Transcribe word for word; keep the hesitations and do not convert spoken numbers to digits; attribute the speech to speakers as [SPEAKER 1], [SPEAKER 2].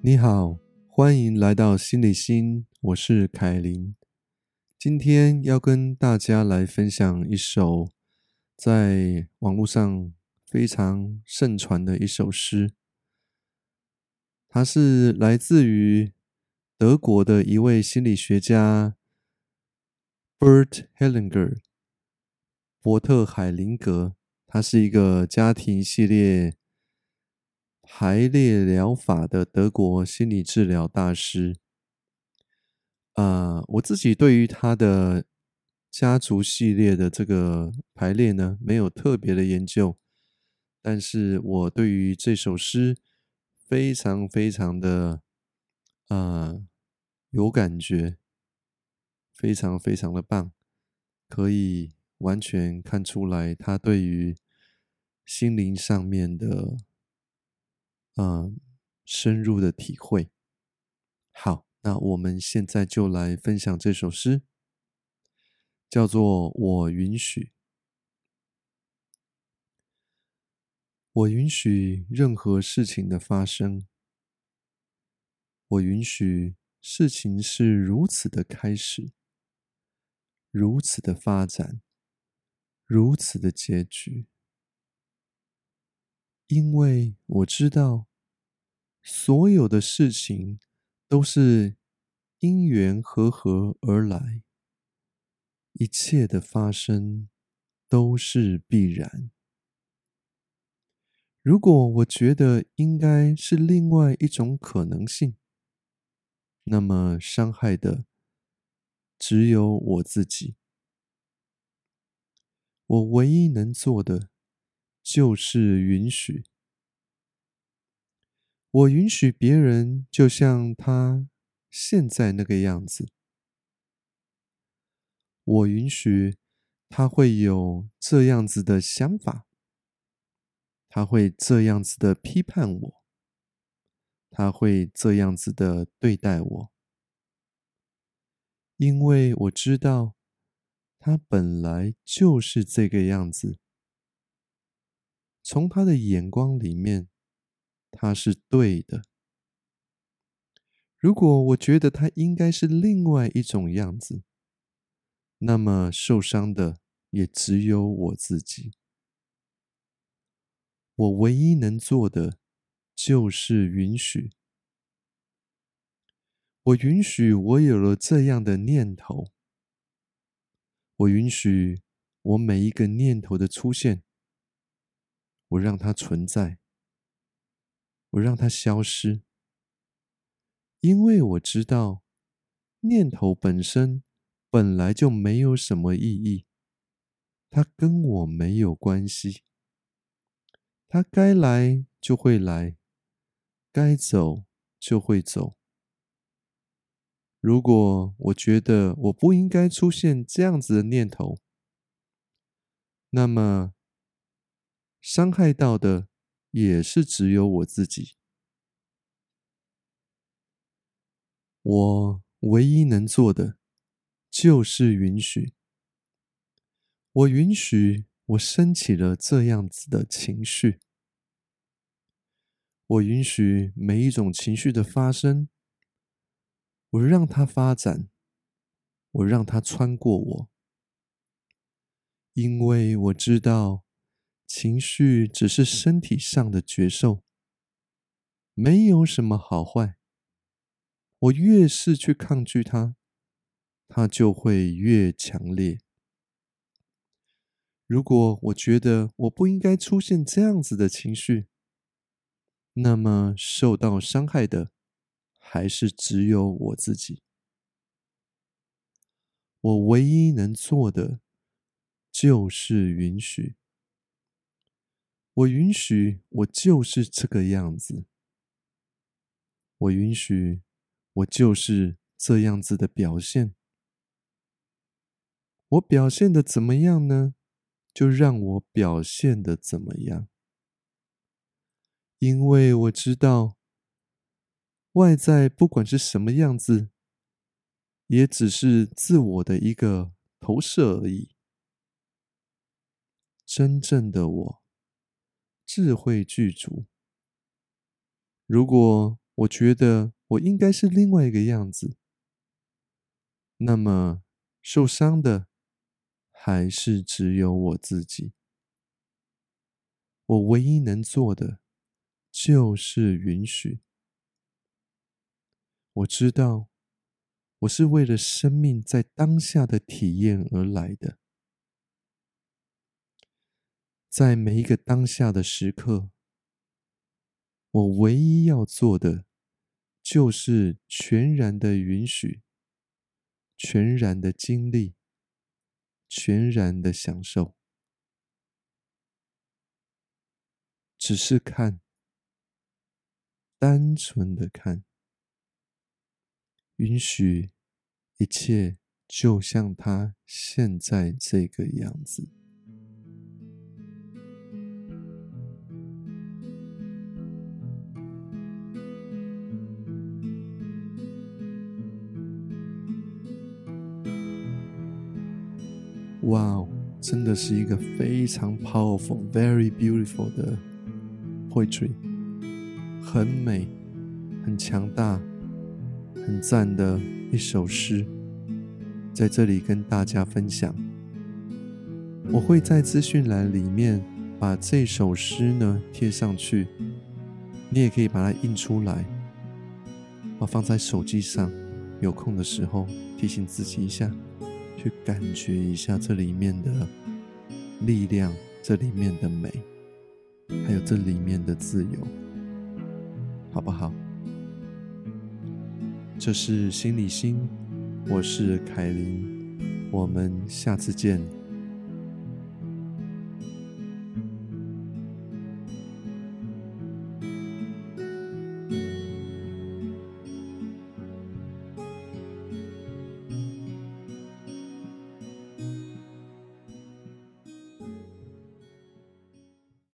[SPEAKER 1] 你好，欢迎来到心理心，我是凯琳。今天要跟大家来分享一首在网络上非常盛传的一首诗，它是来自于德国的一位心理学家 Bert Hellinger 伯特海灵格，他是一个家庭系列排列疗法的德国心理治疗大师。呃，我自己对于他的家族系列的这个排列呢，没有特别的研究，但是我对于这首诗非常非常的呃有感觉，非常非常的棒，可以完全看出来他对于心灵上面的呃深入的体会。好，那我们现在就来分享这首诗。叫做我允许。我允许任何事情的发生。我允许事情是如此的开始，如此的发展，如此的结局。因为我知道，所有的事情都是因缘和合而来，一切的发生都是必然。如果我觉得应该是另外一种可能性，那么伤害的只有我自己。我唯一能做的就是允许。我允许别人就像他现在那个样子。我允许他会有这样子的想法，他会这样子的批判我，他会这样子的对待我。因为我知道他本来就是这个样子，从他的眼光里面，他是对的。如果我觉得他应该是另外一种样子，那么受伤的也只有我自己。我唯一能做的就是允许。我允许我有了这样的念头。我允许我每一个念头的出现，我让它存在，我让它消失。因为我知道，念头本身本来就没有什么意义，它跟我没有关系。它该来就会来，该走就会走。如果我觉得我不应该出现这样子的念头，那么伤害到的也是只有我自己。我唯一能做的就是允许。我允许我升起了这样子的情绪。我允许每一种情绪的发生，我让它发展，我让它穿过我。因为我知道，情绪只是身体上的觉受，没有什么好坏。我越是去抗拒它，它就会越强烈。如果我觉得我不应该出现这样子的情绪，那么受到伤害的还是只有我自己。我唯一能做的就是允许。我允许我就是这个样子。我允许我就是这样子的表现。我表现的怎么样呢？就让我表现的怎么样。因为我知道，外在不管是什么样子，也只是自我的一个投射而已。真正的我，智慧具足。如果我觉得我应该是另外一个样子，那么受伤的还是只有我自己。我唯一能做的就是允许。我知道我是为了生命在当下的体验而来的，在每一个当下的时刻，我唯一要做的就是全然的允许，全然的经历，全然的享受，只是看，单纯的看，允许一切就像它现在这个样子。哇哦，真的是一个非常 powerful, very beautiful 的 poetry， 很美，很强大，很赞的一首诗，在这里跟大家分享。我会在资讯栏里面把这首诗呢贴上去，你也可以把它印出来，把放在手机上，有空的时候提醒自己一下，去感觉一下这里面的力量，这里面的美，还有这里面的自由，好不好？这是心理心，我是凯琳，我们下次见。